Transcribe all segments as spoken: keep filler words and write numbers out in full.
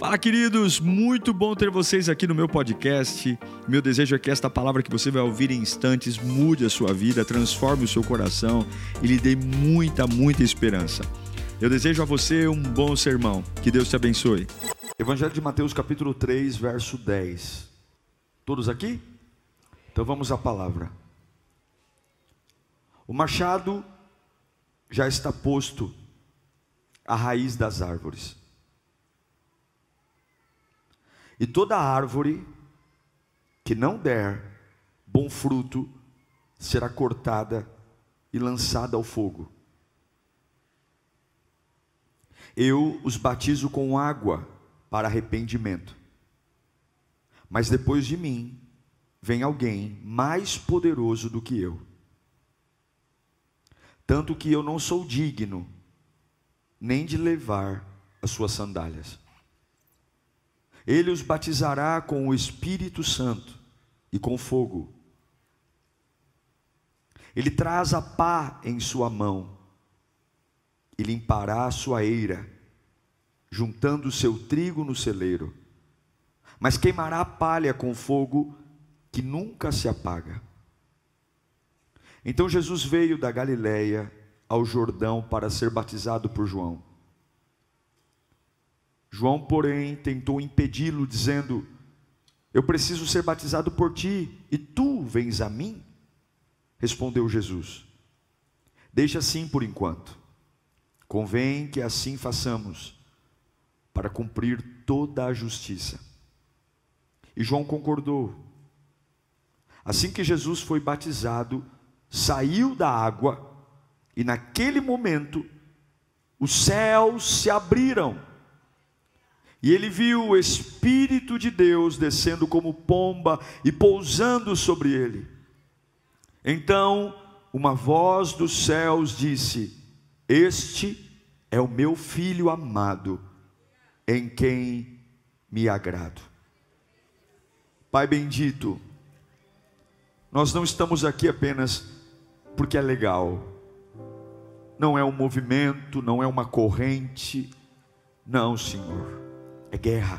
Fala, queridos, muito bom ter vocês aqui no meu podcast. Meu desejo é que esta palavra que você vai ouvir em instantes mude a sua vida, transforme o seu coração e lhe dê muita, muita esperança. Eu desejo a você um bom sermão. Que Deus te abençoe. Evangelho de Mateus capítulo três, verso dez. Todos aqui? Então vamos à palavra. O machado já está posto à raiz das árvores. E toda árvore que não der bom fruto será cortada e lançada ao fogo. Eu os batizo com água para arrependimento, mas depois de mim vem alguém mais poderoso do que eu, tanto que eu não sou digno nem de levar as suas sandálias. Ele os batizará com o Espírito Santo e com fogo. Ele traz a pá em sua mão e limpará a sua eira, juntando o seu trigo no celeiro, mas queimará a palha com fogo que nunca se apaga. Então Jesus veio da Galileia ao Jordão para ser batizado por João. João, porém, tentou impedi-lo, dizendo: eu preciso ser batizado por ti, e tu vens a mim? Respondeu Jesus: deixa assim por enquanto. Convém que assim façamos, para cumprir toda a justiça. E João concordou. Assim que Jesus foi batizado, saiu da água, e naquele momento os céus se abriram, e ele viu o Espírito de Deus descendo como pomba e pousando sobre ele. Então uma voz dos céus disse: este é o meu Filho amado, em quem me agrado. Pai bendito, nós não estamos aqui apenas porque é legal, não é um movimento, não é uma corrente, não, Senhor, é guerra,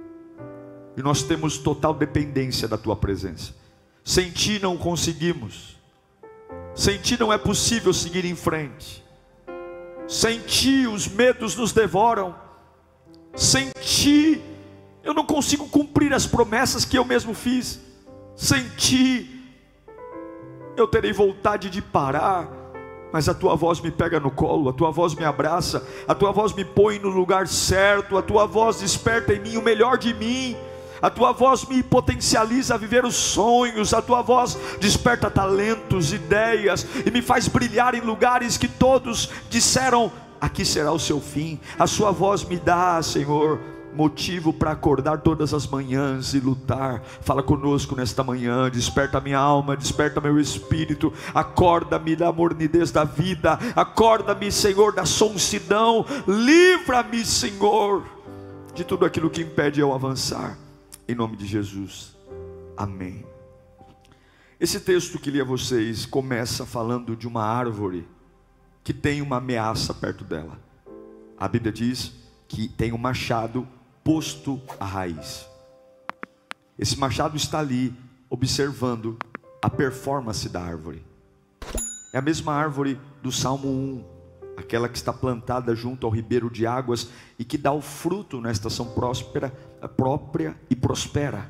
e nós temos total dependência da Tua presença. Sem Ti não conseguimos, sem Ti não é possível seguir em frente, sem Ti os medos nos devoram, sem Ti eu não consigo cumprir as promessas que eu mesmo fiz, sem Ti eu terei vontade de parar, mas a Tua voz me pega no colo, a Tua voz me abraça, a Tua voz me põe no lugar certo, a Tua voz desperta em mim o melhor de mim, a Tua voz me potencializa a viver os sonhos, a Tua voz desperta talentos, ideias, e me faz brilhar em lugares que todos disseram: aqui será o seu fim. A Sua voz me dá, Senhor, motivo para acordar todas as manhãs e lutar. Fala conosco nesta manhã, desperta minha alma, desperta meu espírito, acorda-me da mornidez da vida, acorda-me, Senhor, da sonsidão, livra-me, Senhor, de tudo aquilo que impede eu avançar, em nome de Jesus, amém. Esse texto que li a vocês começa falando de uma árvore que tem uma ameaça perto dela. A Bíblia diz que tem um machado posto à raiz. Esse machado está ali observando a performance da árvore. É a mesma árvore do Salmo um, aquela que está plantada junto ao ribeiro de águas e que dá o fruto na estação próspera, própria e prospera.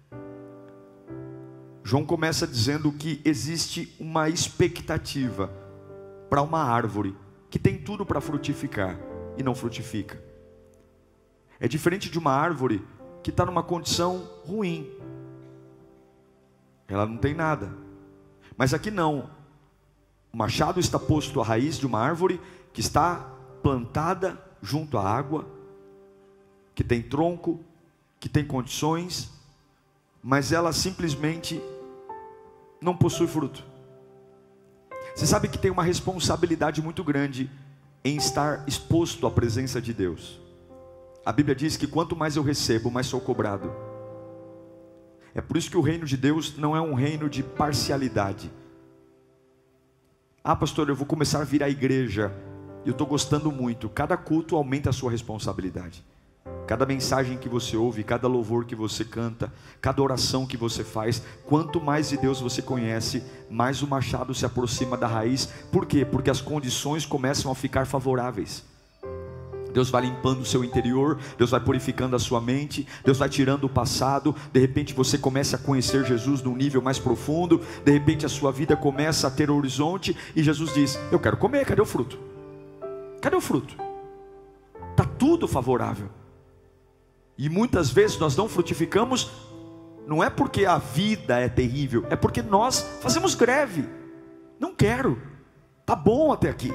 João começa dizendo que existe uma expectativa para uma árvore que tem tudo para frutificar e não frutifica. É diferente de uma árvore que está numa condição ruim, ela não tem nada. Mas aqui não, o machado está posto à raiz de uma árvore que está plantada junto à água, que tem tronco, que tem condições, mas ela simplesmente não possui fruto. Você sabe que tem uma responsabilidade muito grande em estar exposto à presença de Deus. A Bíblia diz que quanto mais eu recebo, mais sou cobrado. É por isso que o reino de Deus não é um reino de parcialidade. Ah, pastor, eu vou começar a vir à igreja, eu estou gostando muito. Cada culto aumenta a sua responsabilidade. cada mensagem que você ouve, cada louvor que você canta, cada oração que você faz, quanto mais de Deus você conhece, mais o machado se aproxima da raiz. Por quê? Porque as condições começam a ficar favoráveis. Deus vai limpando o seu interior, Deus vai purificando a sua mente, Deus vai tirando o passado. De repente você começa a conhecer Jesus num nível mais profundo, de repente a sua vida começa a ter horizonte, e Jesus diz: eu quero comer, cadê o fruto? Cadê o fruto? Está tudo favorável. E muitas vezes nós não frutificamos, não é porque a vida é terrível, é porque nós fazemos greve. Não quero, tá bom até aqui.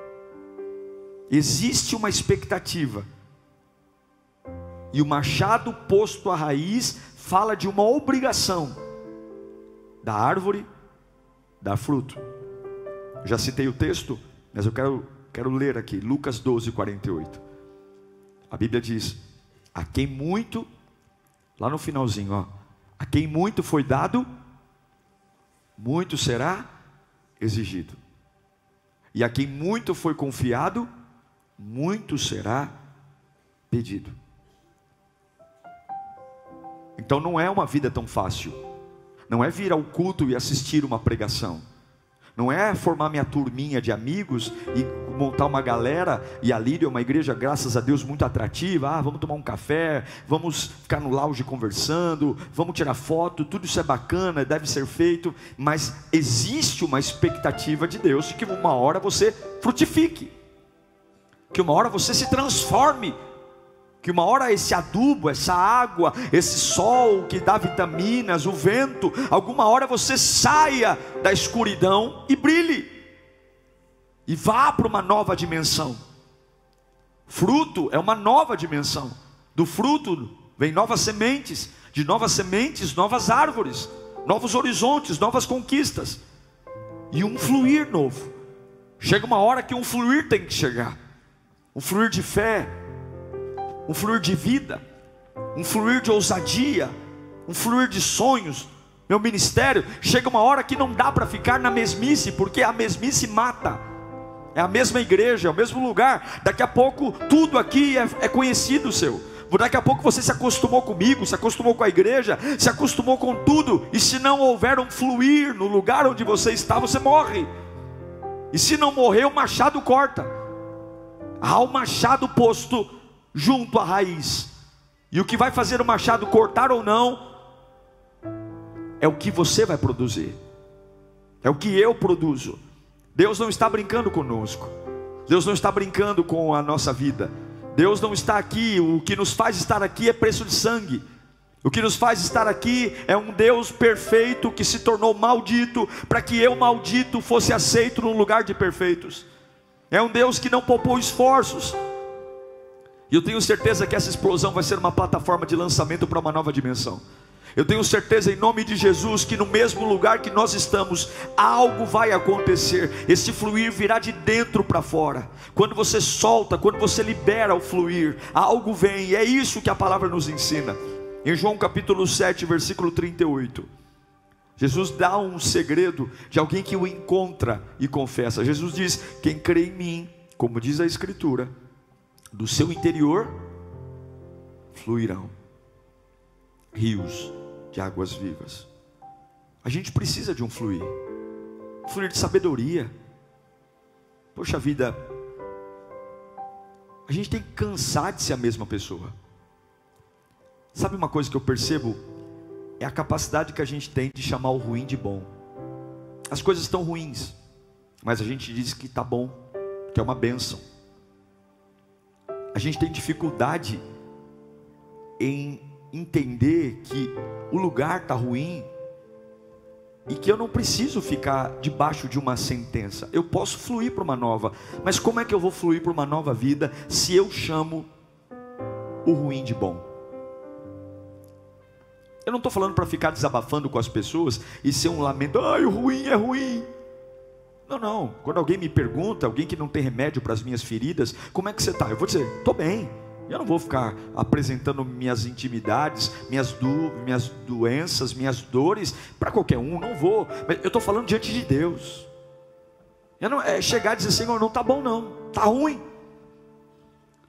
Existe uma expectativa, e o machado posto à raiz fala de uma obrigação da árvore dar fruto. Já citei o texto, mas eu quero, quero ler aqui, Lucas doze, quarenta e oito. A Bíblia diz: a quem muito, lá no finalzinho, ó, a quem muito foi dado, muito será exigido. E a quem muito foi confiado, muito será pedido. Então não é uma vida tão fácil. Não é vir ao culto e assistir uma pregação. Não é formar minha turminha de amigos e montar uma galera, e a Lírio é uma igreja, graças a Deus, muito atrativa. Ah, vamos tomar um café, vamos ficar no lounge conversando, vamos tirar foto. Tudo isso é bacana, deve ser feito, mas existe uma expectativa de Deus de que uma hora você frutifique, que uma hora você se transforme, que uma hora esse adubo, essa água, esse sol que dá vitaminas, o vento, alguma hora você saia da escuridão e brilhe, e vá para uma nova dimensão. Fruto é uma nova dimensão. Do fruto vem novas sementes, de novas sementes, novas árvores, novos horizontes, novas conquistas, e um fluir novo. Chega uma hora que um fluir tem que chegar, um fluir de fé, um fluir de vida, um fluir de ousadia, um fluir de sonhos. Meu ministério, chega uma hora que não dá para ficar na mesmice, porque a mesmice mata. É a mesma igreja, é o mesmo lugar. Daqui a pouco tudo aqui é, é conhecido seu. Daqui a pouco você se acostumou comigo, se acostumou com a igreja, se acostumou com tudo. E se não houver um fluir no lugar onde você está, você morre. E se não morrer, o machado corta. Há o machado posto junto à raiz, e o que vai fazer o machado cortar ou não é o que você vai produzir, é o que eu produzo. Deus não está brincando conosco, Deus não está brincando com a nossa vida. Deus não está aqui, o que nos faz estar aqui é preço de sangue. O que nos faz estar aqui é um Deus perfeito que se tornou maldito, para que eu maldito fosse aceito no lugar de perfeitos. É um Deus que não poupou esforços. E eu tenho certeza que essa explosão vai ser uma plataforma de lançamento para uma nova dimensão. Eu tenho certeza, em nome de Jesus, que no mesmo lugar que nós estamos, algo vai acontecer. Esse fluir virá de dentro para fora. Quando você solta, quando você libera o fluir, algo vem. E é isso que a palavra nos ensina. Em João capítulo sete, versículo trinta e oito, Jesus dá um segredo de alguém que o encontra e confessa. Jesus diz: quem crê em mim, como diz a Escritura, do seu interior fluirão rios de águas vivas. A gente precisa de um fluir, um fluir de sabedoria. Poxa vida, a gente tem que cansar de ser a mesma pessoa. Sabe uma coisa que eu percebo? É a capacidade que a gente tem de chamar o ruim de bom. As coisas estão ruins, mas a gente diz que está bom, que é uma bênção. A gente tem dificuldade em entender que o lugar está ruim e que eu não preciso ficar debaixo de uma sentença. Eu posso fluir para uma nova. Mas como é que eu vou fluir para uma nova vida se eu chamo o ruim de bom? Eu não estou falando para ficar desabafando com as pessoas e ser um lamento. Ai, o ruim é ruim. Não, não. Quando alguém me pergunta, alguém que não tem remédio para as minhas feridas, como é que você está? Eu vou dizer, estou bem. Eu não vou ficar apresentando minhas intimidades, minhas, do, minhas doenças, minhas dores para qualquer um. Não vou. Mas eu estou falando diante de Deus. Eu não, é chegar e dizer, Senhor, não está bom não. Está ruim.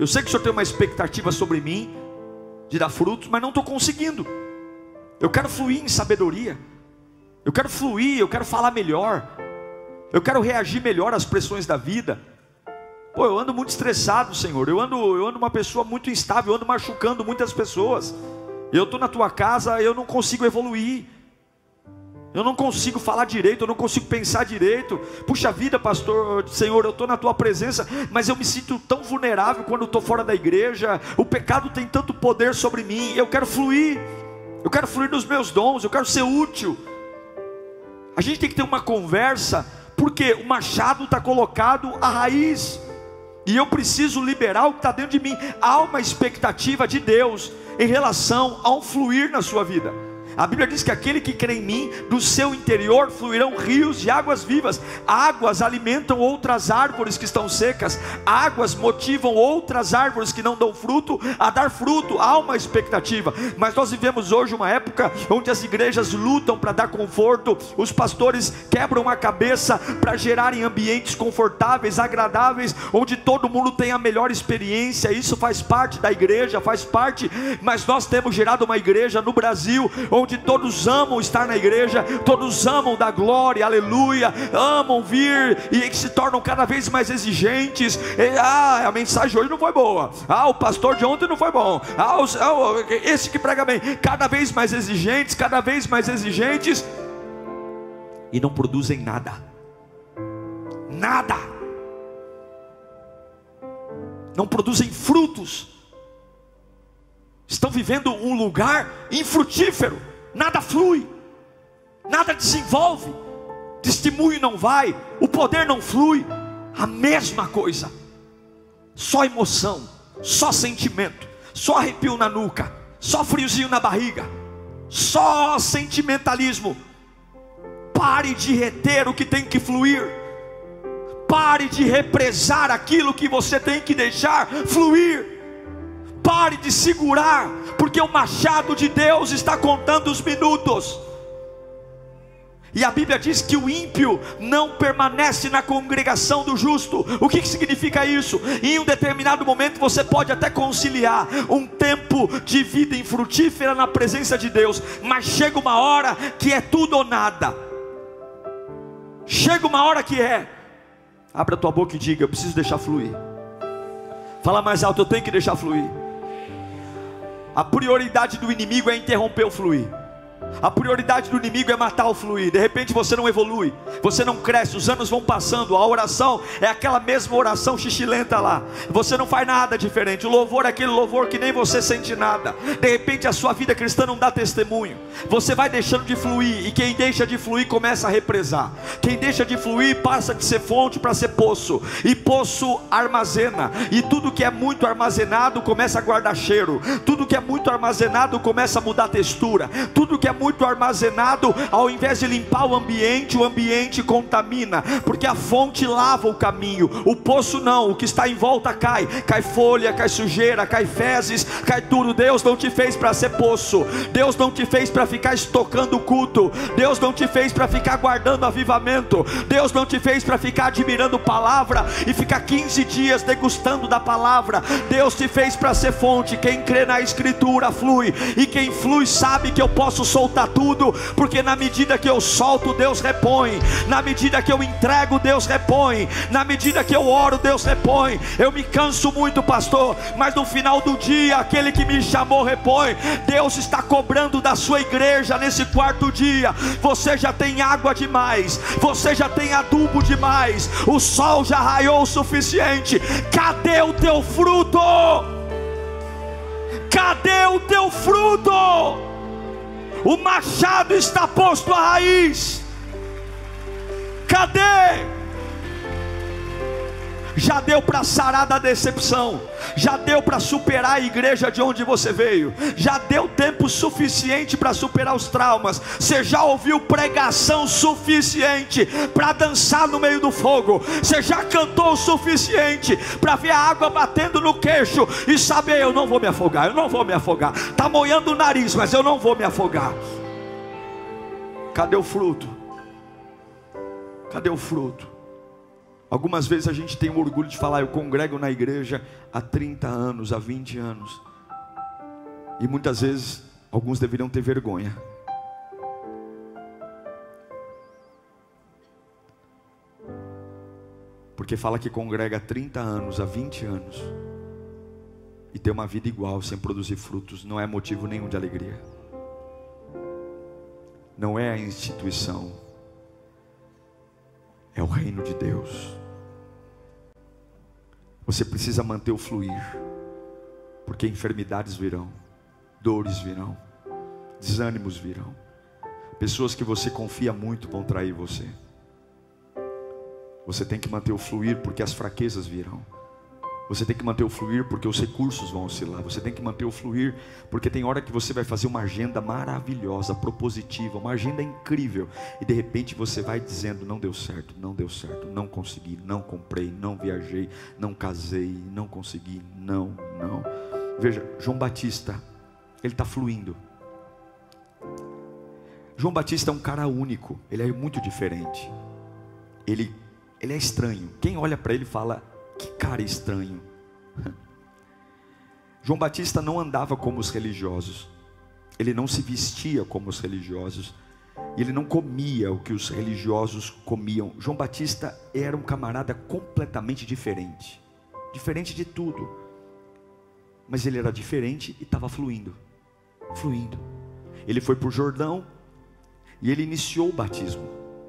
Eu sei que o Senhor tem uma expectativa sobre mim, de dar frutos, mas não estou conseguindo. Eu quero fluir em sabedoria. Eu quero fluir, eu quero falar melhor. Eu quero reagir melhor às pressões da vida. Pô, eu ando muito estressado, Senhor. Eu ando, eu ando uma pessoa muito instável, eu ando machucando muitas pessoas. Eu estou na tua casa, eu não consigo evoluir. Eu não consigo falar direito, eu não consigo pensar direito. Puxa vida, pastor, Senhor, eu estou na tua presença, mas eu me sinto tão vulnerável quando estou fora da igreja. O pecado tem tanto poder sobre mim. Eu quero fluir. Eu quero fluir nos meus dons, eu quero ser útil. A gente tem que ter uma conversa, porque o machado está colocado à raiz, e eu preciso liberar o que está dentro de mim. Há uma expectativa de Deus em relação a um fluir na sua vida. A Bíblia diz que aquele que crê em mim, do seu interior fluirão rios de águas vivas. Águas alimentam outras árvores que estão secas. Águas motivam outras árvores que não dão fruto a dar fruto. Há uma expectativa. Mas nós vivemos hoje uma época onde as igrejas lutam para dar conforto. Os pastores quebram a cabeça para gerarem ambientes confortáveis, agradáveis, onde todo mundo tem a melhor experiência. Isso faz parte da igreja, faz parte. Mas nós temos gerado uma igreja no Brasil onde todos amam estar na igreja, todos amam dar glória, aleluia, amam vir e se tornam cada vez mais exigentes. E, ah, a mensagem hoje não foi boa. Ah, o pastor de ontem não foi bom. Ah, os, ah, esse que prega bem. Cada vez mais exigentes, cada vez mais exigentes, e não produzem nada. Nada. Não produzem frutos. Estão vivendo um lugar infrutífero. Nada flui, nada desenvolve, testemunho não vai, o poder não flui. A mesma coisa, só emoção, só sentimento, só arrepio na nuca, só friozinho na barriga, só sentimentalismo. Pare de reter o que tem que fluir. Pare de represar aquilo que você tem que deixar fluir. Pare de segurar, porque o machado de Deus está contando os minutos. E a Bíblia diz que o ímpio não permanece na congregação do justo. O que, que significa isso? Em um determinado momento você pode até conciliar um tempo de vida infrutífera na presença de Deus, mas chega uma hora que é tudo ou nada. Chega uma hora que é. Abra a tua boca e diga: eu preciso deixar fluir. Fala mais alto: eu tenho que deixar fluir. A prioridade do inimigo é interromper o fluir. A prioridade do inimigo é matar o fluir. De repente você não evolui, você não cresce, os anos vão passando, a oração é aquela mesma oração xixilenta lá, você não faz nada diferente, o louvor é aquele louvor que nem você sente nada. De repente a sua vida cristã não dá testemunho, você vai deixando de fluir, e quem deixa de fluir começa a represar. Quem deixa de fluir passa de ser fonte para ser poço, e poço armazena, e tudo que é muito armazenado começa a guardar cheiro, tudo que é muito armazenado começa a mudar textura, tudo que é muito armazenado, ao invés de limpar o ambiente, o ambiente contamina, porque a fonte lava o caminho, o poço não, o que está em volta cai, cai folha, cai sujeira, cai fezes, cai tudo. Deus não te fez para ser poço, Deus não te fez para ficar estocando o culto, Deus não te fez para ficar guardando avivamento, Deus não te fez para ficar admirando palavra e ficar quinze dias degustando da palavra. Deus te fez para ser fonte. Quem crê na escritura flui, e quem flui sabe que eu posso soltar tudo, porque na medida que eu solto, Deus repõe, na medida que eu entrego, Deus repõe, na medida que eu oro, Deus repõe. Eu me canso muito, pastor, mas no final do dia aquele que me chamou repõe. Deus está cobrando da sua igreja nesse quarto dia. Você já tem água demais, você já tem adubo demais, o sol já raiou o suficiente. Cadê o teu fruto? Cadê o teu fruto? O machado está posto à raiz. Cadê? Já deu para sarar da decepção, já deu para superar a igreja de onde você veio, já deu tempo suficiente para superar os traumas. Você já ouviu pregação suficiente para dançar no meio do fogo, você já cantou o suficiente para ver a água batendo no queixo e saber: eu não vou me afogar, eu não vou me afogar, está moendo o nariz, mas eu não vou me afogar. Cadê o fruto? Cadê o fruto? Algumas vezes a gente tem o orgulho de falar: eu congrego na igreja há trinta anos, há vinte anos. E muitas vezes, alguns deveriam ter vergonha. Porque fala que congrega há trinta anos, há vinte anos, e ter uma vida igual, sem produzir frutos, não é motivo nenhum de alegria. Não é a instituição, é o reino de Deus. Você precisa manter o fluir, porque enfermidades virão, dores virão, desânimos virão. Pessoas que você confia muito vão trair você. Você tem que manter o fluir, porque as fraquezas virão. Você tem que manter o fluir, porque os recursos vão oscilar. Você tem que manter o fluir, porque tem hora que você vai fazer uma agenda maravilhosa, propositiva, uma agenda incrível, e de repente você vai dizendo: não deu certo, não deu certo, não consegui, não comprei, não viajei, não casei, não consegui, não, não. Veja, João Batista, ele está fluindo. João Batista é um cara único, ele é muito diferente. Ele, ele é estranho. Quem olha para ele fala: que cara estranho. João Batista não andava como os religiosos, ele não se vestia como os religiosos, ele não comia o que os religiosos comiam. João Batista era um camarada completamente diferente, diferente de tudo, mas ele era diferente e estava fluindo, fluindo. Ele foi para o Jordão e ele iniciou o batismo,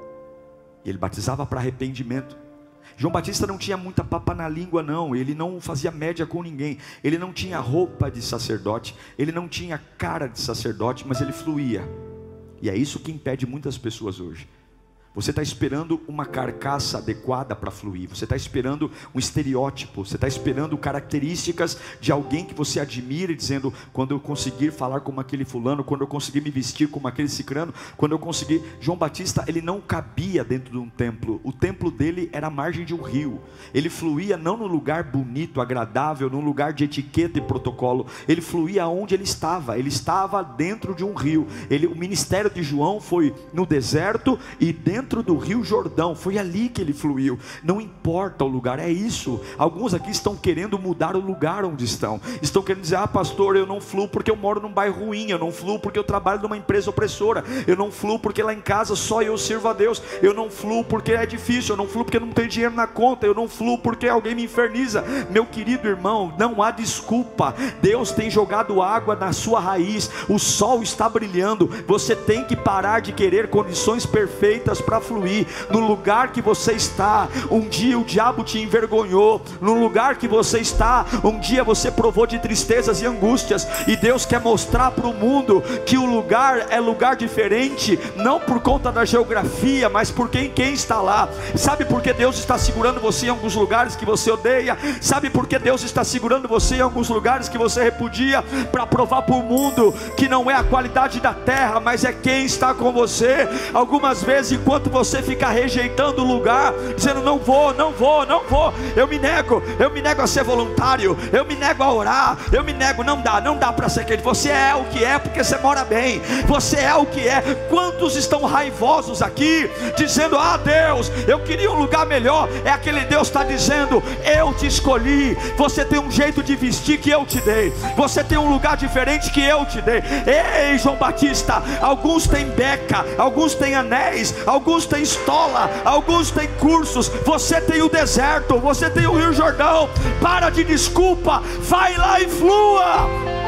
e ele batizava para arrependimento. João Batista não tinha muita papa na língua não, ele não fazia média com ninguém, ele não tinha roupa de sacerdote, ele não tinha cara de sacerdote, mas ele fluía. E é isso que impede muitas pessoas hoje. Você está esperando uma carcaça adequada para fluir. Você está esperando um estereótipo. Você está esperando características de alguém que você admira, e dizendo: quando eu conseguir falar como aquele fulano, quando eu conseguir me vestir como aquele cicrano, quando eu conseguir... João Batista, ele não cabia dentro de um templo. O templo dele era a margem de um rio. Ele fluía não num lugar bonito, agradável, num lugar de etiqueta e protocolo. Ele fluía onde ele estava. Ele estava dentro de um rio. Ele, o ministério de João foi no deserto e dentro dentro do rio Jordão, foi ali que ele fluiu. Não importa o lugar, é isso. Alguns aqui estão querendo mudar o lugar onde estão, estão querendo dizer: ah pastor, eu não fluo porque eu moro num bairro ruim, eu não fluo porque eu trabalho numa empresa opressora, eu não fluo porque lá em casa só eu sirvo a Deus, eu não fluo porque é difícil, eu não fluo porque não tenho dinheiro na conta, eu não fluo porque alguém me inferniza. Meu querido irmão, não há desculpa. Deus tem jogado água na sua raiz, o sol está brilhando. Você tem que parar de querer condições perfeitas para fluir. No lugar que você está, um dia o diabo te envergonhou. No lugar que você está, um dia você provou de tristezas e angústias, e Deus quer mostrar para o mundo que o lugar é lugar diferente, não por conta da geografia, mas por quem, quem está lá. Sabe por que Deus está segurando você em alguns lugares que você odeia? Sabe por que Deus está segurando você em alguns lugares que você repudia? Para provar para o mundo que não é a qualidade da terra, mas é quem está com você. Algumas vezes, enquanto você fica rejeitando o lugar, dizendo: não vou, não vou, não vou, eu me nego, eu me nego a ser voluntário, eu me nego a orar, eu me nego, não dá, não dá para ser crente. Você é o que é porque você mora bem, você é o que é. Quantos estão raivosos aqui, dizendo: ah Deus, eu queria um lugar melhor? É aquele Deus que está dizendo: eu te escolhi, você tem um jeito de vestir que eu te dei, você tem um lugar diferente que eu te dei. Ei João Batista, alguns têm beca, alguns têm anéis, alguns têm estola, alguns têm cursos, você tem o deserto, você tem o Rio Jordão. Para de desculpa, vai lá e flua,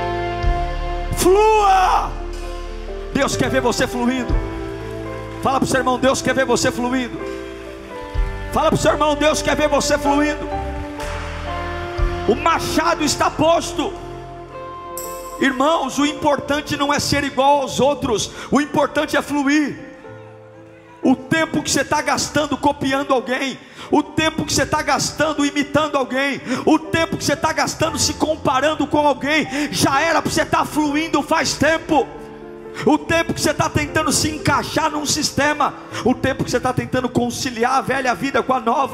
flua. Deus quer ver você fluindo. Fala para o seu irmão: Deus quer ver você fluindo. Fala para o seu irmão: Deus quer ver você fluindo. O machado está posto. Irmãos, o importante não é ser igual aos outros, o importante é fluir. O tempo que você está gastando copiando alguém, o tempo que você está gastando imitando alguém, o tempo que você está gastando se comparando com alguém, já era para você estar fluindo faz tempo. O tempo que você está tentando se encaixar num sistema, o tempo que você está tentando conciliar a velha vida com a nova,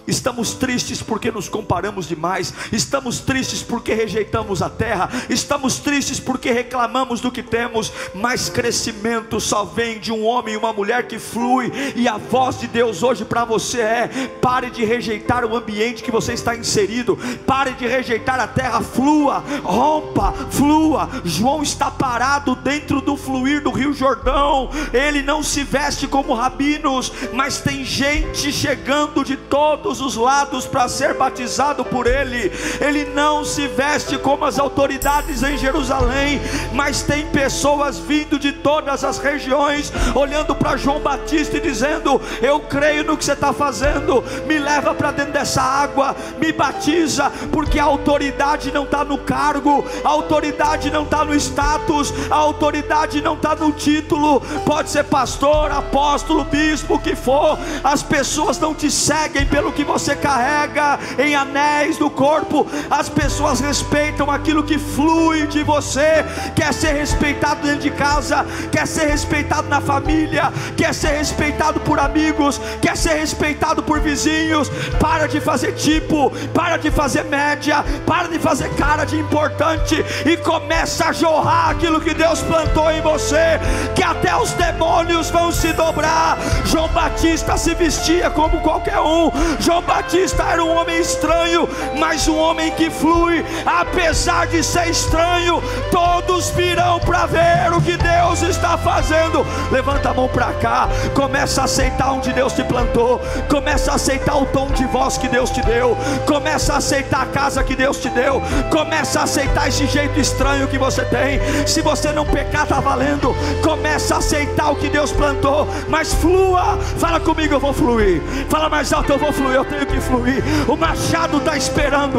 Estamos tristes porque nos comparamos demais. Estamos tristes porque rejeitamos a terra. Estamos tristes porque reclamamos do que temos. Mas crescimento só vem de um homem e uma mulher que flui. E a voz de Deus hoje para você é: pare de rejeitar o ambiente que você está inserido. Pare de rejeitar a terra. Flua, rompa, flua. João está parado dentro do fluir do Rio Jordão. Ele não se veste como rabinos, mas tem gente chegando de todos os lados para ser batizado por ele. Ele não se veste como as autoridades em Jerusalém, mas tem pessoas vindo de todas as regiões, olhando para João Batista e dizendo: eu creio no que você está fazendo, me leva para dentro dessa água, me batiza, porque a autoridade não está no cargo, a autoridade não está no status, a autoridade não está no título. Pode ser pastor, apóstolo, bispo, o que for, as pessoas não te seguem pelo que você carrega em anéis do corpo. As pessoas respeitam aquilo que flui de você. Quer ser respeitado dentro de casa, quer ser respeitado na família, quer ser respeitado por amigos, quer ser respeitado por vizinhos. Para de fazer tipo, para de fazer média, para de fazer cara de importante e começa a jorrar aquilo que Deus plantou em você, que até os demônios vão se dobrar. João Batista se vestia como qualquer um. João Batista era um homem estranho, mas um homem que flui. Apesar de ser estranho, todos virão para ver o que Deus está fazendo. Levanta a mão para cá, começa a aceitar onde Deus te plantou, começa a aceitar o tom de voz que Deus te deu, começa a aceitar a casa que Deus te deu, começa a aceitar esse jeito estranho que você tem. Se você não pecar, está valendo. Começa a aceitar o que Deus plantou, mas flua. Fala comigo: eu vou fluir. Fala mais alto: eu vou fluir, eu tenho que fluir. O machado está esperando.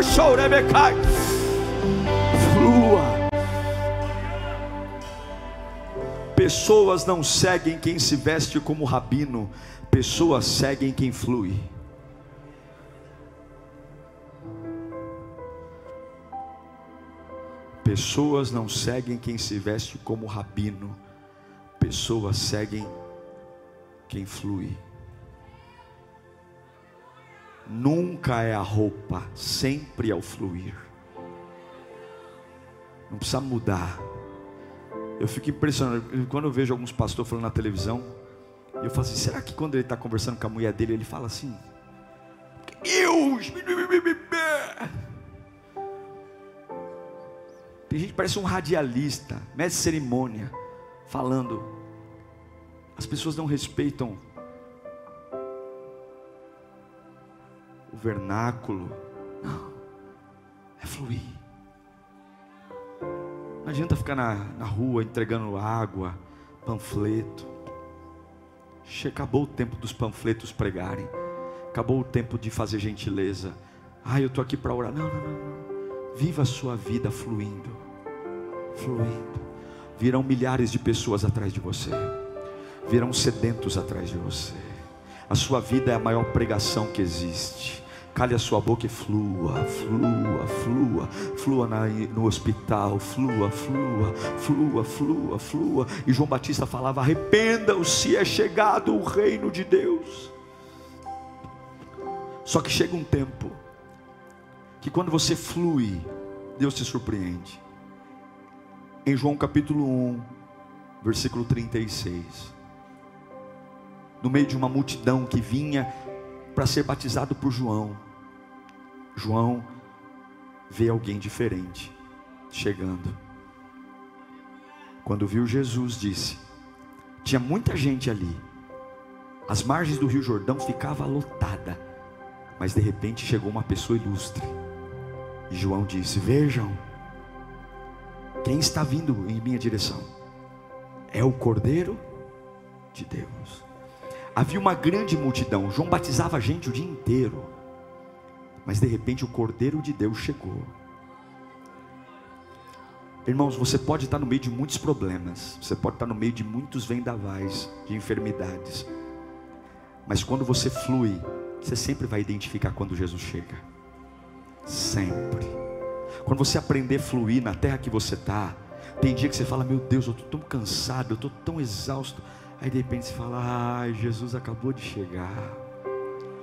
Flua. Pessoas não seguem quem se veste como rabino, pessoas seguem quem flui. Pessoas não seguem quem se veste como rabino, pessoas seguem quem flui. Nunca é a roupa, sempre é o fluir. Não precisa mudar. Eu fico impressionado quando eu vejo alguns pastores falando na televisão. Eu falo assim: será que quando ele está conversando com a mulher dele, ele fala assim: eu... Tem gente que parece um radialista, mestre de cerimônia, falando. As pessoas não respeitam o vernáculo. Não, é fluir. Não adianta ficar na, na rua entregando água, panfleto. Acabou o tempo dos panfletos pregarem. Acabou o tempo de fazer gentileza. Ah, eu estou aqui para orar. Não, não, não, não. Viva a sua vida fluindo. Fluindo. Virão milhares de pessoas atrás de você. Virão sedentos atrás de você. A sua vida é a maior pregação que existe. Cale a sua boca e flua, flua, flua, flua na, no hospital, flua, flua, flua, flua, flua. E João Batista falava: arrependam-se, é chegado o reino de Deus. Só que chega um tempo que quando você flui, Deus te surpreende. Em João capítulo um, versículo trinta e seis, no meio de uma multidão que vinha para ser batizado por João, João vê alguém diferente chegando. Quando viu Jesus, disse: tinha muita gente ali, as margens do Rio Jordão ficava lotada, mas de repente chegou uma pessoa ilustre. E João disse: vejam, quem está vindo em minha direção é o Cordeiro de Deus. Havia uma grande multidão. João batizava a gente o dia inteiro, mas de repente o Cordeiro de Deus chegou. Irmãos, você pode estar no meio de muitos problemas, você pode estar no meio de muitos vendavais, de enfermidades, mas quando você flui, você sempre vai identificar quando Jesus chega. Sempre. Quando você aprender a fluir na terra que você está, tem dia que você fala: meu Deus, eu estou tão cansado, eu estou tão exausto. Aí de repente você fala: ai, Jesus acabou de chegar.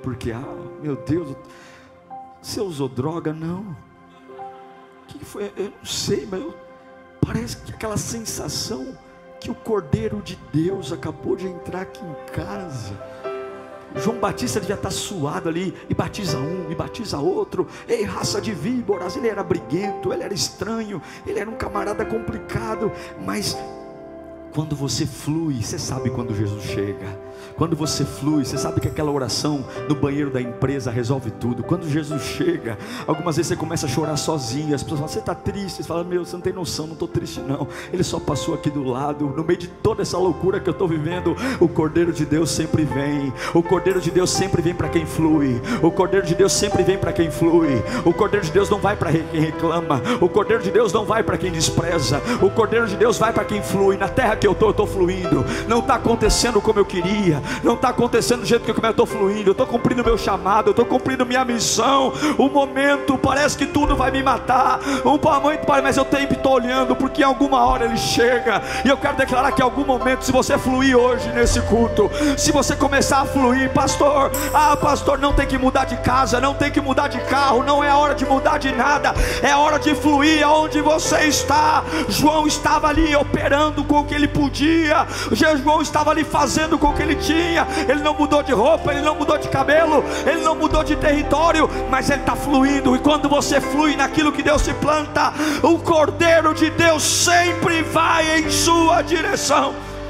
porque, ah, meu Deus, você usou droga? Não. O que foi? Eu não sei, mas eu, parece que aquela sensação que o Cordeiro de Deus acabou de entrar aqui em casa. João Batista devia estar suado ali, e batiza um, e batiza outro. Ei, raça de víboras. Ele era briguento, ele era estranho, ele era um camarada complicado. Mas quando você flui, você sabe quando Jesus chega. Quando você flui, você sabe que aquela oração no banheiro da empresa resolve tudo. Quando Jesus chega, algumas vezes você começa a chorar sozinho. As pessoas falam, você está triste? Você fala, meu, você não tem noção, não estou triste não. Ele só passou aqui do lado. No meio de toda essa loucura que eu estou vivendo, o Cordeiro de Deus sempre vem. O Cordeiro de Deus sempre vem para quem flui. O Cordeiro de Deus sempre vem para quem flui. O Cordeiro de Deus não vai para quem reclama. O Cordeiro de Deus não vai para quem despreza. O Cordeiro de Deus vai para quem flui. Na terra que eu estou, eu estou fluindo. Não está acontecendo como eu queria, não está acontecendo do jeito que eu estou fluindo. Eu estou cumprindo meu chamado, eu estou cumprindo minha missão. O momento parece que tudo vai me matar. Um momento, mas eu sempre estou olhando, porque em alguma hora ele chega. E eu quero declarar que em algum momento, se você fluir hoje nesse culto, se você começar a fluir, pastor, ah pastor, não tem que mudar de casa, não tem que mudar de carro, não é hora de mudar de nada, é hora de fluir aonde você está. João estava ali operando com o que ele podia. João estava ali fazendo com o que ele tinha. Ele não mudou de roupa, ele não mudou de cabelo, ele não mudou de território, mas ele está fluindo. E quando você flui naquilo que Deus se planta, o Cordeiro de Deus sempre vai em sua direção.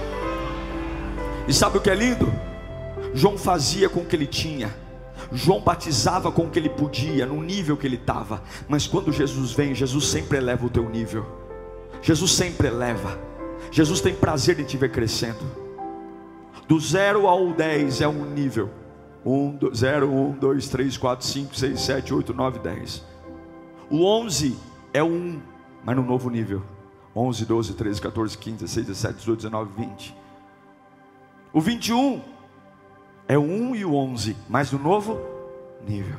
E sabe o que é lindo? João fazia com o que ele tinha. João batizava com o que ele podia, no nível que ele estava. Mas quando Jesus vem, Jesus sempre eleva o teu nível. Jesus sempre eleva. Jesus tem prazer em te ver crescendo. Do zero ao dez é um nível. um, zero, um, dois, três, quatro, cinco, seis, sete, oito, nove, dez. O onze é o um, mas no novo nível. onze, doze, treze, quatorze, quinze, dezesseis, dezessete, dezoito, dezenove, vinte. O vinte e um é o um e o onze, mas no novo nível.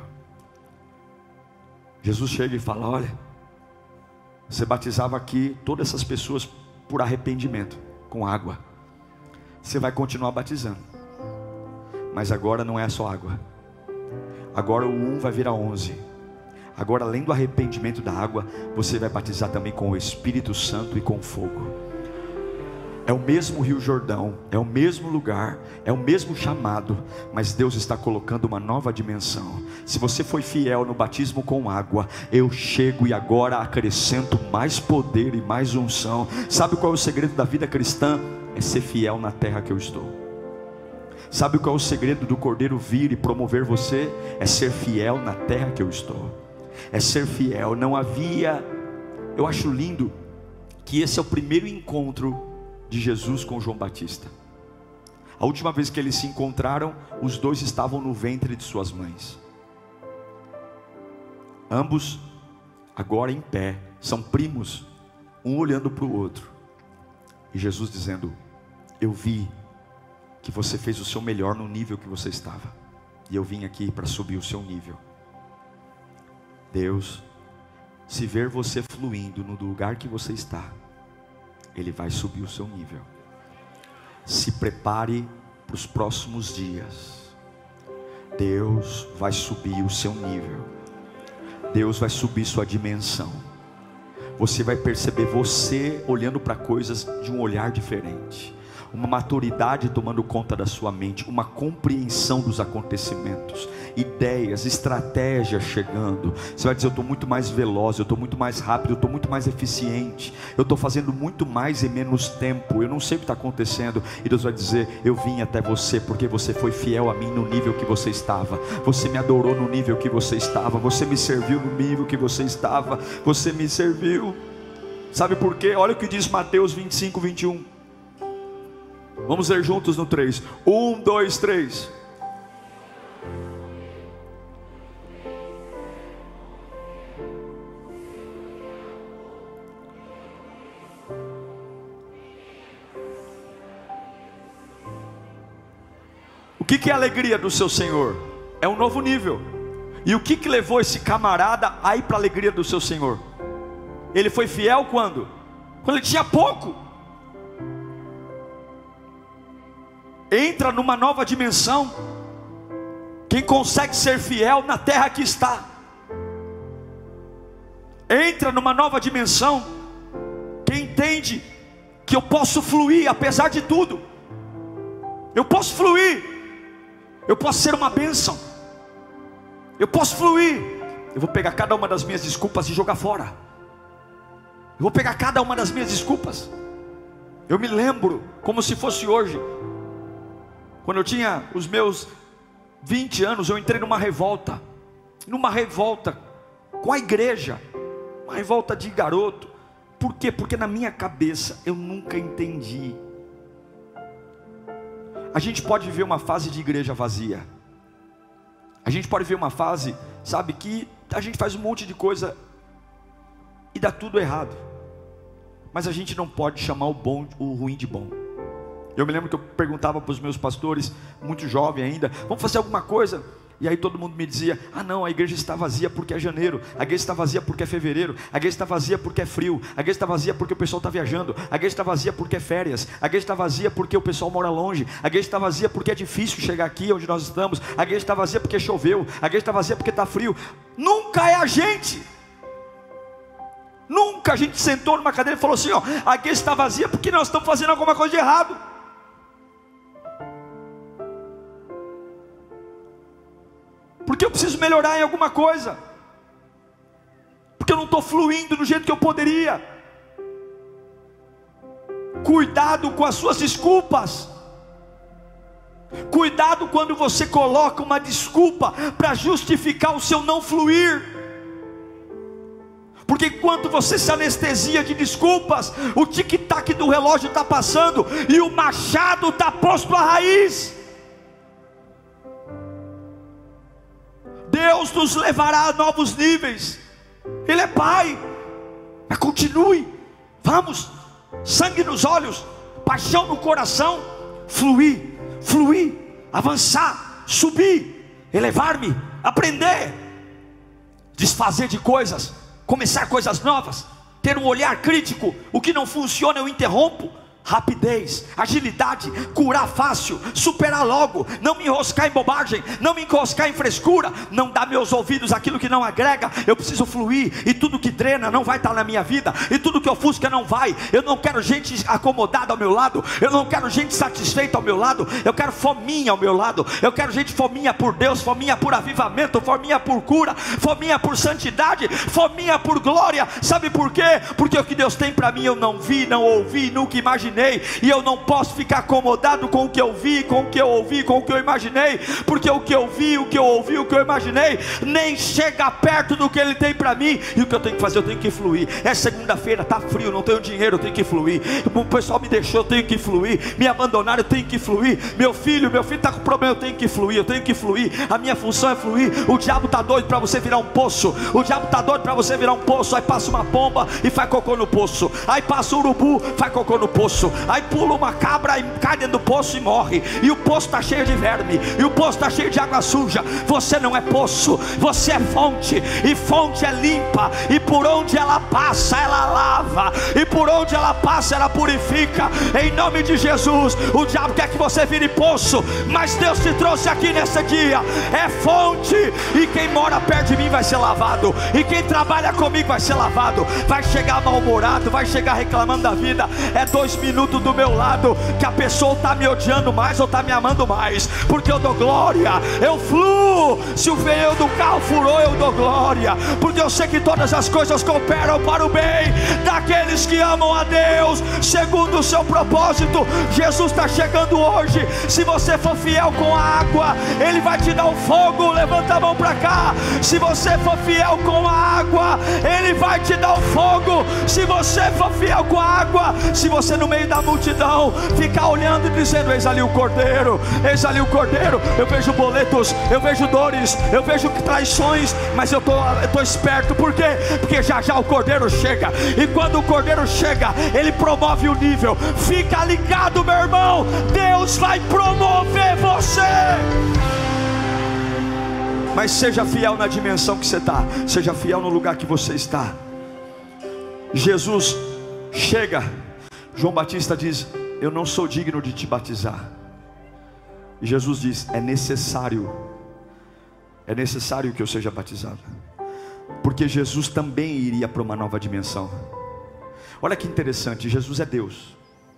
Jesus chega e fala, olha, você batizava aqui todas essas pessoas por arrependimento, com água. Você vai continuar batizando, mas agora não é só água. Agora o um vai virar onze. Agora, além do arrependimento da água, você vai batizar também com o Espírito Santo e com fogo. É o mesmo Rio Jordão, é o mesmo lugar, é o mesmo chamado, mas Deus está colocando uma nova dimensão. Se você foi fiel no batismo com água, eu chego e agora acrescento mais poder e mais unção. Sabe qual é o segredo da vida cristã? É ser fiel na terra que eu estou. Sabe qual é o segredo do Cordeiro vir e promover você? É ser fiel na terra que eu estou. É ser fiel. Não havia, eu acho lindo que esse é o primeiro encontro de Jesus com João Batista. A última vez que eles se encontraram, os dois estavam no ventre de suas mães. Ambos agora em pé, são primos, um olhando para o outro. E Jesus dizendo, eu vi que você fez o seu melhor no nível que você estava, e eu vim aqui para subir o seu nível. Deus, se ver você fluindo no lugar que você está, Ele vai subir o seu nível. Se prepare para os próximos dias. Deus vai subir o seu nível. Deus vai subir sua dimensão. Você vai perceber você olhando para coisas de um olhar diferente. Uma maturidade tomando conta da sua mente, uma compreensão dos acontecimentos, ideias, estratégias chegando. Você vai dizer, eu estou muito mais veloz, eu estou muito mais rápido, eu estou muito mais eficiente, eu estou fazendo muito mais em menos tempo, eu não sei o que está acontecendo. E Deus vai dizer, eu vim até você porque você foi fiel a mim no nível que você estava. Você me adorou no nível que você estava. Você me serviu no nível que você estava. Você me serviu. Sabe por quê? Olha o que diz Mateus vinte e cinco, vinte e um. Vamos ler juntos no três. Um, dois, três. O que, que é a alegria do seu Senhor? É um novo nível. E o que, que levou esse camarada a ir para a alegria do seu Senhor? Ele foi fiel quando? Quando ele tinha pouco. Entra numa nova dimensão. Quem consegue ser fiel na terra que está, entra numa nova dimensão. Quem entende que eu posso fluir apesar de tudo, eu posso fluir, eu posso ser uma bênção, eu posso fluir. Eu vou pegar cada uma das minhas desculpas e jogar fora. Eu vou pegar cada uma das minhas desculpas. Eu me lembro como se fosse hoje, quando eu tinha os meus vinte anos, eu entrei numa revolta, numa revolta com a igreja, uma revolta de garoto. Por quê? Porque na minha cabeça eu nunca entendi. A gente pode ver uma fase de igreja vazia, a gente pode ver uma fase, sabe, que a gente faz um monte de coisa e dá tudo errado, mas a gente não pode chamar o bom, o ruim de bom. Eu me lembro que eu perguntava para os meus pastores, muito jovem ainda, vamos fazer alguma coisa? E aí todo mundo me dizia, ah não, a igreja está vazia porque é janeiro, a igreja está vazia porque é fevereiro, a igreja está vazia porque é frio, a igreja está vazia porque o pessoal está viajando, a igreja está vazia porque é férias, a igreja está vazia porque o pessoal mora longe, a igreja está vazia porque é difícil chegar aqui onde nós estamos, a igreja está vazia porque choveu, a igreja está vazia porque está frio. Nunca é a gente. Nunca a gente sentou numa cadeira e falou assim, ó, a igreja está vazia porque nós estamos fazendo alguma coisa de errado. Porque eu preciso melhorar em alguma coisa, porque eu não estou fluindo do jeito que eu poderia. Cuidado com as suas desculpas. Cuidado quando você coloca uma desculpa para justificar o seu não fluir. Porque enquanto você se anestesia de desculpas, o tic-tac do relógio está passando e o machado está posto à raiz. Deus nos levará a novos níveis. Ele é Pai. Mas continue. Vamos. Sangue nos olhos, paixão no coração. Fluir, fluir, avançar, subir, elevar-me, aprender, desfazer de coisas, começar coisas novas, ter um olhar crítico. O que não funciona eu interrompo. Rapidez, agilidade, curar fácil, superar logo, não me enroscar em bobagem, não me enroscar em frescura, não dar meus ouvidos aquilo que não agrega. Eu preciso fluir, e tudo que drena não vai estar na minha vida, e tudo que ofusca não vai. Eu não quero gente acomodada ao meu lado, eu não quero gente satisfeita ao meu lado, eu quero fominha ao meu lado, eu quero gente fominha por Deus, fominha por avivamento, fominha por cura, fominha por santidade, fominha por glória. Sabe por quê? Porque o que Deus tem para mim eu não vi, não ouvi, nunca imaginei. E eu não posso ficar acomodado com o que eu vi, com o que eu ouvi, com o que eu imaginei, porque o que eu vi, o que eu ouvi, o que eu imaginei nem chega perto do que Ele tem para mim. E o que eu tenho que fazer? Eu tenho que fluir. É segunda-feira, está frio, não tenho dinheiro, eu tenho que fluir. O pessoal me deixou, eu tenho que fluir. Me abandonaram, eu tenho que fluir. Meu filho, meu filho está com problema, eu tenho que fluir, eu tenho que fluir. A minha função é fluir. O diabo está doido para você virar um poço. O diabo está doido para você virar um poço. Aí passa uma pomba e faz cocô no poço. Aí passa um urubu, faz cocô no poço. Aí pula uma cabra e cai dentro do poço e morre. E o poço está cheio de verme, e o poço está cheio de água suja. Você não é poço, você é fonte. E fonte é limpa, e por onde ela passa ela lava, e por onde ela passa ela purifica. Em nome de Jesus. O diabo quer que você vire poço, mas Deus te trouxe aqui nesse dia. É fonte, e quem mora perto de mim vai ser lavado, e quem trabalha comigo vai ser lavado. Vai chegar mal-humorado, vai chegar reclamando da vida. É dois minutos do meu lado que a pessoa está me odiando mais ou está me amando mais, porque eu dou glória, eu fluo. Se o pneu do carro furou, eu dou glória, porque eu sei que todas as coisas cooperam para o bem daqueles que amam a Deus segundo o seu propósito. Jesus está chegando hoje. Se você for fiel com a água, Ele vai te dar o fogo. Levanta a mão para cá. Se você for fiel com a água, Ele vai te dar o fogo. Se você for fiel com a água, se você no meio da multidão ficar olhando e dizendo, eis ali o cordeiro, eis ali o cordeiro. Eu vejo boletos, eu vejo dores, eu vejo traições, mas eu tô, eu tô esperto. Por quê? Porque já já o cordeiro chega, e quando o cordeiro chega, ele promove o nível. Fica ligado, meu irmão, Deus vai promover você. Mas seja fiel na dimensão que você está, seja fiel no lugar que você está. Jesus chega. João Batista diz, eu não sou digno de te batizar. E Jesus diz, é necessário é necessário que eu seja batizado, porque Jesus também iria para uma nova dimensão. Olha que interessante, Jesus é Deus.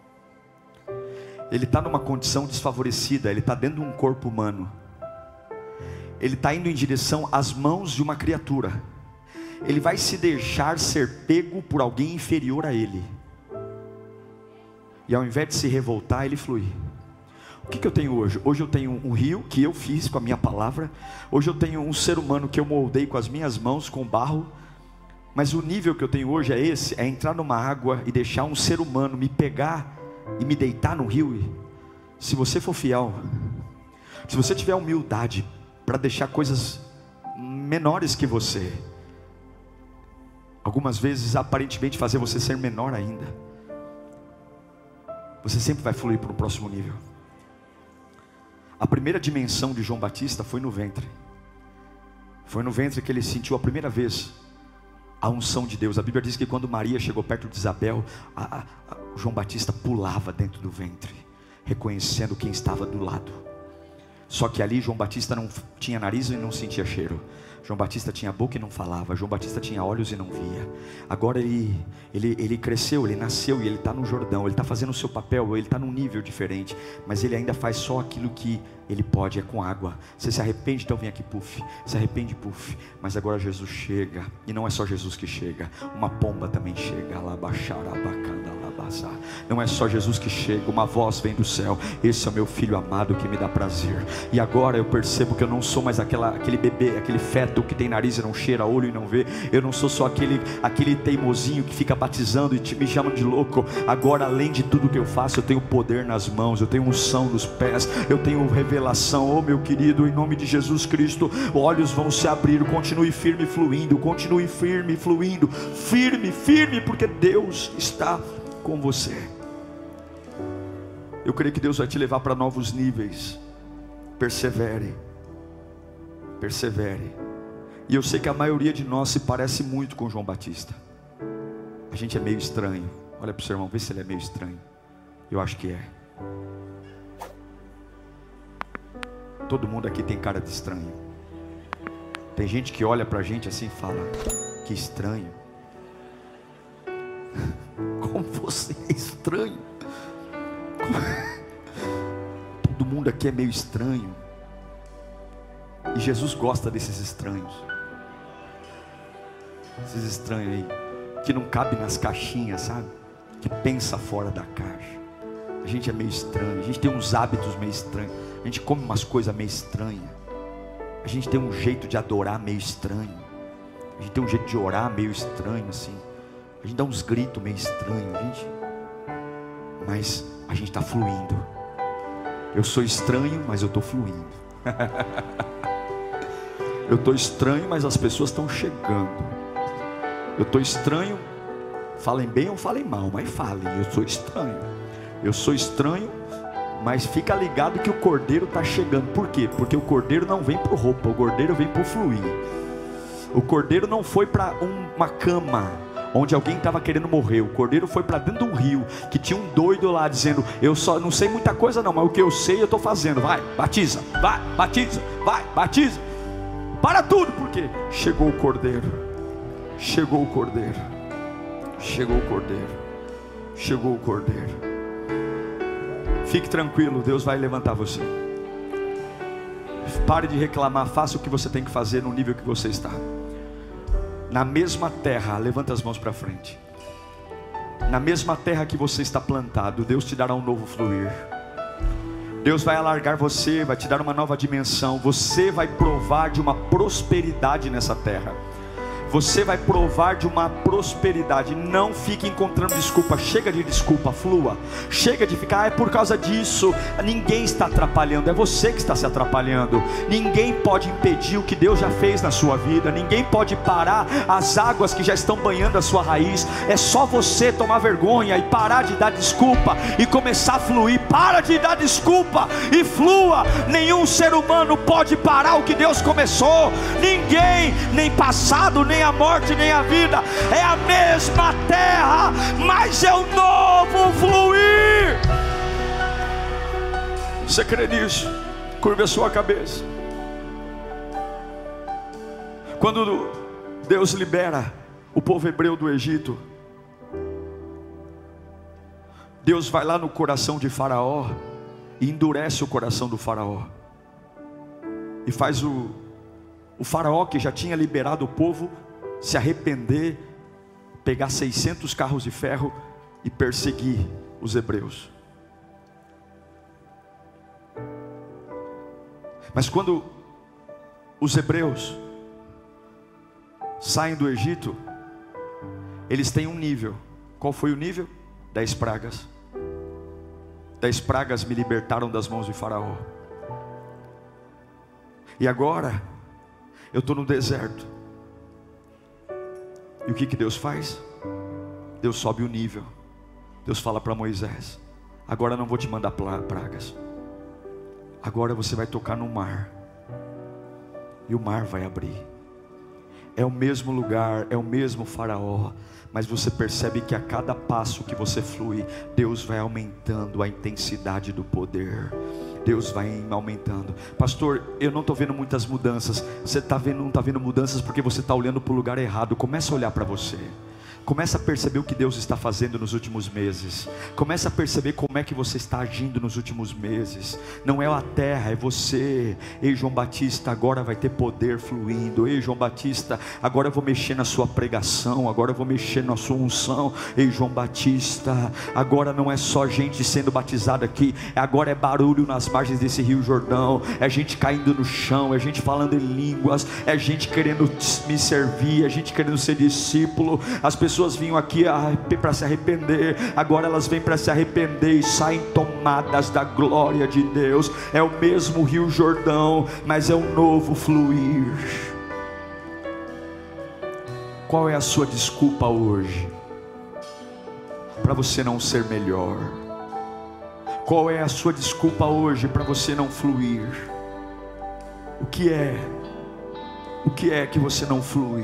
Ele está numa condição desfavorecida, ele está dentro de um corpo humano. Ele está indo em direção às mãos de uma criatura. Ele vai se deixar ser pego por alguém inferior a ele. E ao invés de se revoltar, ele flui. O que, que eu tenho hoje? Hoje eu tenho um rio que eu fiz com a minha palavra. Hoje eu tenho um ser humano que eu moldei com as minhas mãos, com barro. Mas o nível que eu tenho hoje é esse, é entrar numa água e deixar um ser humano me pegar e me deitar no rio. E se você for fiel, se você tiver humildade para deixar coisas menores que você, algumas vezes aparentemente fazer você ser menor ainda, você sempre vai fluir para o próximo nível. A primeira dimensão de João Batista foi no ventre. Foi no ventre que ele sentiu a primeira vez a unção de Deus. A Bíblia diz que quando Maria chegou perto de Isabel, a, a, a, João Batista pulava dentro do ventre, reconhecendo quem estava do lado. Só que ali João Batista não tinha nariz e não sentia cheiro. João Batista tinha boca e não falava. João Batista tinha olhos e não via. Agora ele, ele, ele cresceu, ele nasceu e ele está no Jordão. Ele está fazendo o seu papel, ele está num nível diferente. Mas ele ainda faz só aquilo que ele pode, é com água. Você se arrepende, então vem aqui, puf. Se arrepende, puf. Mas agora Jesus chega. E não é só Jesus que chega. Uma pomba também chega. Não é só Jesus que chega. Uma voz vem do céu. Esse é o meu filho amado que me dá prazer. E agora eu percebo que eu não sou mais aquela, aquele bebê, aquele feto que tem nariz e não cheira, olho e não vê. Eu não sou só aquele, aquele teimosinho que fica batizando e te, me chama de louco. Agora, além de tudo que eu faço, eu tenho poder nas mãos, eu tenho unção nos pés, eu tenho revelação. Oh meu querido, em nome de Jesus Cristo, olhos vão se abrir. Continue firme fluindo, continue firme fluindo, firme, firme, porque Deus está com você. Eu creio que Deus vai te levar para novos níveis. Persevere, persevere. E eu sei que a maioria de nós se parece muito com João Batista. A gente é meio estranho. Olha para o seu irmão, vê se ele é meio estranho. Eu acho que é. Todo mundo aqui tem cara de estranho. Tem gente que olha para a gente assim e fala: que estranho. Como você é estranho. Como... Todo mundo aqui é meio estranho. E Jesus gosta desses estranhos. Esses estranhos aí, que não cabe nas caixinhas, sabe? Que pensa fora da caixa. A gente é meio estranho. A gente tem uns hábitos meio estranhos. A gente come umas coisas meio estranhas. A gente tem um jeito de adorar meio estranho. A gente tem um jeito de orar meio estranho assim. A gente dá uns gritos meio estranhos. A gente... Mas a gente está fluindo. Eu sou estranho, mas eu estou fluindo. Eu estou estranho, mas as pessoas estão chegando. Eu estou estranho, falem bem ou falem mal, mas falem, eu sou estranho. Eu sou estranho, mas fica ligado que o cordeiro está chegando. Por quê? Porque o cordeiro não vem por roupa, o cordeiro vem por fluir. O cordeiro não foi para uma cama onde alguém estava querendo morrer. O cordeiro foi para dentro de um rio, que tinha um doido lá dizendo: eu só não sei muita coisa não, mas o que eu sei eu estou fazendo. Vai, batiza, vai, batiza, vai, batiza. Para tudo, porque chegou o cordeiro. Chegou o cordeiro. Chegou o cordeiro. Chegou o cordeiro. Fique tranquilo, Deus vai levantar você. Pare de reclamar, faça o que você tem que fazer no nível que você está. Na mesma terra, levanta as mãos para frente. Na mesma terra que você está plantado, Deus te dará um novo fluir. Deus vai alargar você, vai te dar uma nova dimensão. Você vai provar de uma prosperidade nessa terra. Você vai provar de uma prosperidade. Não fique encontrando desculpa. Chega de desculpa, flua. Chega de ficar, ah, é por causa disso. Ninguém está atrapalhando, é você que está se atrapalhando. Ninguém pode impedir o que Deus já fez na sua vida. Ninguém pode parar as águas que já estão banhando a sua raiz. É só você tomar vergonha e parar de dar desculpa e começar a fluir. Para de dar desculpa e flua. Nenhum ser humano pode parar o que Deus começou. Ninguém, nem passado, nem a morte, nem a vida. É a mesma terra, mas é um novo fluir. Você crê nisso? Curva a sua cabeça. Quando Deus libera o povo hebreu do Egito, Deus vai lá no coração de Faraó e endurece o coração do Faraó, e faz o, o Faraó, que já tinha liberado o povo, se arrepender, pegar seiscentos carros de ferro e perseguir os hebreus. Mas quando os hebreus saem do Egito, eles têm um nível. Qual foi o nível? Dez pragas. Dez pragas me libertaram das mãos de Faraó. E agora eu estou no deserto. E o que que Deus faz? Deus sobe o nível. Deus fala para Moisés: agora não vou te mandar pragas. Agora você vai tocar no mar, e o mar vai abrir. É o mesmo lugar, é o mesmo Faraó, mas você percebe que a cada passo que você flui, Deus vai aumentando a intensidade do poder. Deus vai aumentando. Pastor, eu não estou vendo muitas mudanças. Você está vendo, não está vendo mudanças porque você está olhando para o lugar errado. Começa a olhar para você. Começa a perceber o que Deus está fazendo nos últimos meses. Começa a perceber como é que você está agindo nos últimos meses. Não é a terra, é você. Ei, João Batista, agora vai ter poder fluindo. Ei, João Batista, agora eu vou mexer na sua pregação. Agora eu vou mexer na sua unção. Ei, João Batista, agora não é só gente sendo batizada aqui. Agora é barulho nas margens desse Rio Jordão. É gente caindo no chão. É gente falando em línguas. É gente querendo me servir. É gente querendo ser discípulo. As pessoas pessoas vinham aqui para se arrepender, agora elas vêm para se arrepender e saem tomadas da glória de Deus. É o mesmo Rio Jordão, mas é um novo fluir. Qual é a sua desculpa hoje para você não ser melhor? Qual é a sua desculpa hoje para você não fluir? O que é? O que é que você não flui?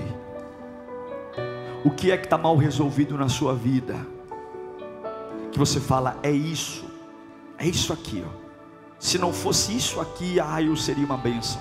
O que é que está mal resolvido na sua vida? Que você fala, é isso, é isso aqui, ó. Se não fosse isso aqui, ah, eu seria uma bênção.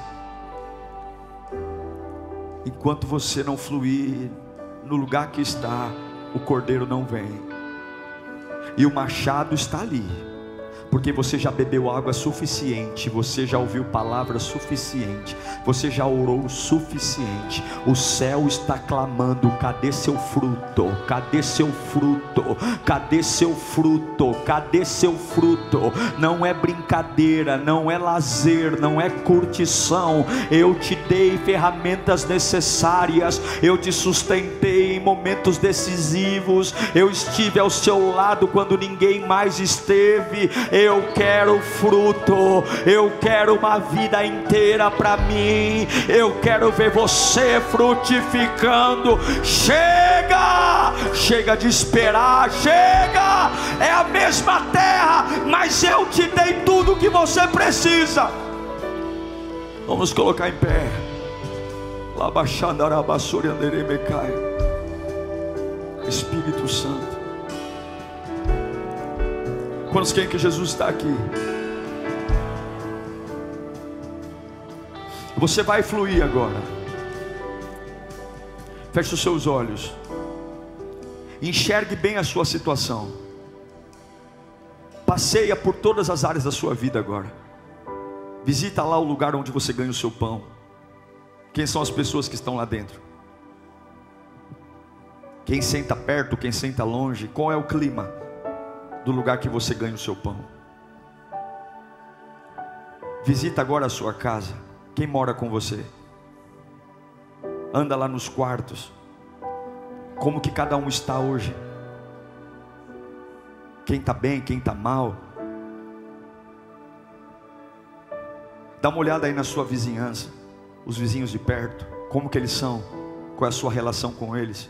Enquanto você não fluir no lugar que está, o cordeiro não vem. E o machado está ali, porque você já bebeu água suficiente, você já ouviu palavra suficiente, você já orou o suficiente. O céu está clamando: cadê seu fruto? Cadê seu fruto? Cadê seu fruto? Cadê seu fruto? Não é brincadeira, não é lazer, não é curtição. Eu te dei ferramentas necessárias, eu te sustentei em momentos decisivos, eu estive ao seu lado quando ninguém mais esteve. Eu quero fruto, eu quero uma vida inteira para mim, eu quero ver você frutificando. Chega, chega de esperar, chega, é a mesma terra, mas eu te dei tudo o que você precisa. Vamos colocar em pé. Espírito Santo, quantos querem que Jesus está aqui? Você vai fluir agora. Feche os seus olhos. Enxergue bem a sua situação. Passeia por todas as áreas da sua vida agora. Visita lá o lugar onde você ganha o seu pão. Quem são as pessoas que estão lá dentro? Quem senta perto, quem senta longe? Qual é o clima do lugar que você ganha o seu pão? Visita agora a sua casa. Quem mora com você? Anda lá nos quartos. Como que cada um está hoje? Quem está bem, quem está mal? Dá uma olhada aí na sua vizinhança. Os vizinhos de perto, como que eles são? Qual é a sua relação com eles?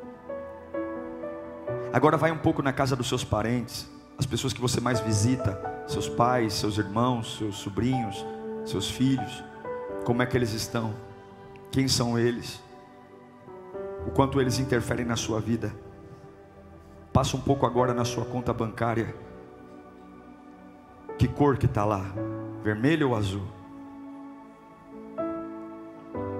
Agora vai um pouco na casa dos seus parentes, as pessoas que você mais visita, seus pais, seus irmãos, seus sobrinhos, seus filhos. Como é que eles estão? Quem são eles? O quanto eles interferem na sua vida? Passa um pouco agora na sua conta bancária. Que cor que está lá? Vermelho ou azul?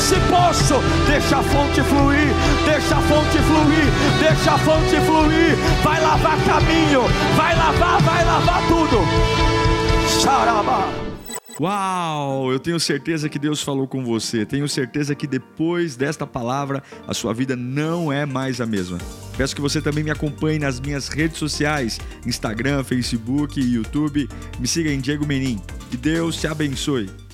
nesse poço. Deixa a fonte fluir, deixa a fonte fluir, deixa a fonte fluir. Vai lavar caminho, vai lavar, vai lavar tudo. Xarabá. Uau, eu tenho certeza que Deus falou com você. Tenho certeza que depois desta palavra, a sua vida não é mais a mesma. Peço que você também me acompanhe nas minhas redes sociais, Instagram, Facebook e YouTube. Me siga em Diego Menin. Que Deus te abençoe.